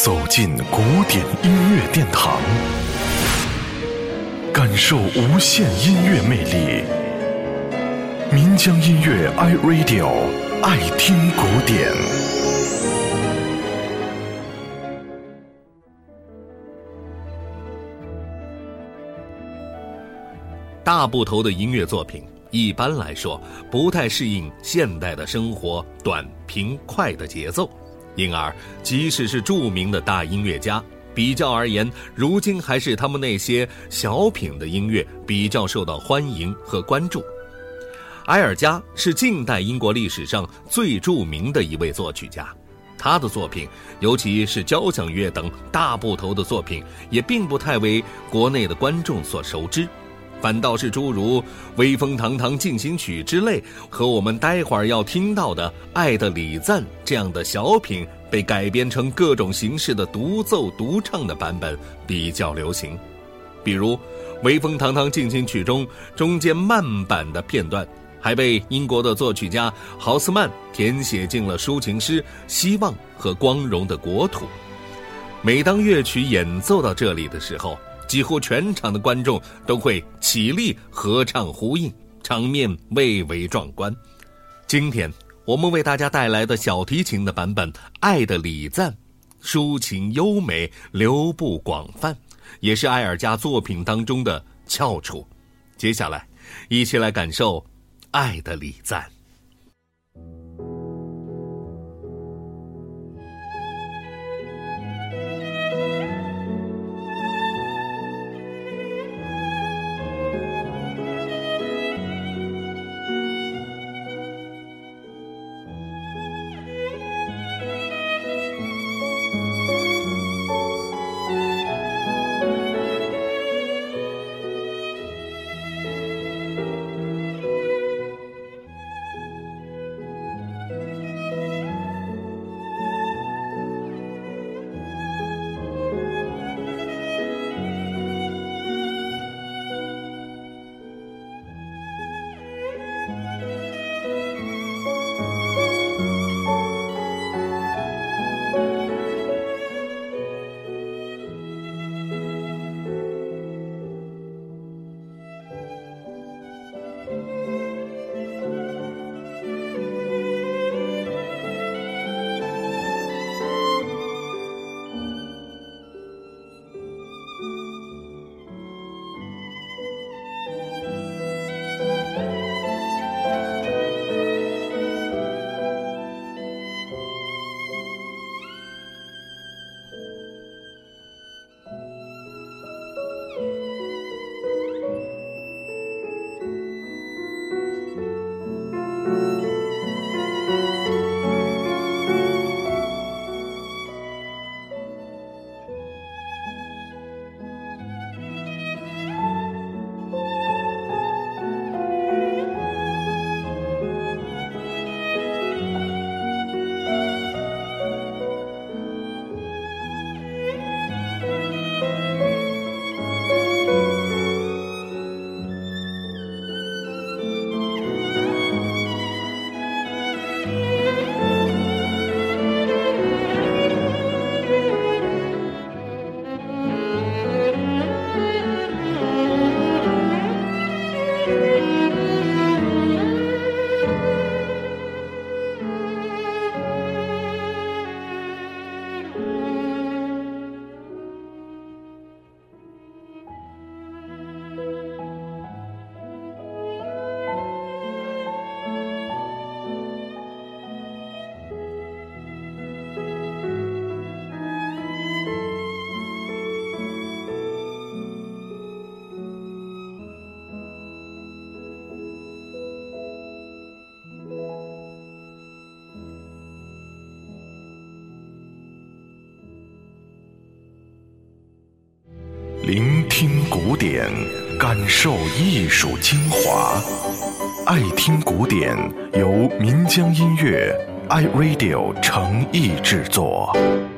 走进古典音乐殿堂，感受无限音乐魅力。民江音乐 iRadio 爱听古典。 大部头的音乐作品一般来说不太适应现代的生活短平快的节奏，因而即使是著名的大音乐家，比较而言，如今还是他们那些小品的音乐比较受到欢迎和关注。埃尔加是近代英国历史上最著名的一位作曲家，他的作品，尤其是交响乐等大部头的作品，也并不太为国内的观众所熟知，反倒是诸如《威风堂堂进行曲》之类和我们待会儿要听到的《爱的礼赞》这样的小品被改编成各种形式的独奏独唱的版本比较流行。比如《威风堂堂进行曲》中间慢板的片段还被英国的作曲家豪斯曼填写进了抒情诗《希望和光荣的国土》。每当乐曲演奏到这里的时候，几乎全场的观众都会起立合唱呼应，场面蔚为壮观。今天我们为大家带来的小提琴的版本《爱的礼赞》，抒情优美，流布广泛，也是埃尔加作品当中的翘楚。接下来一起来感受《爱的礼赞》。 聆听古典，感受艺术精华。爱听古典，由民江音乐 iRadio 诚意制作。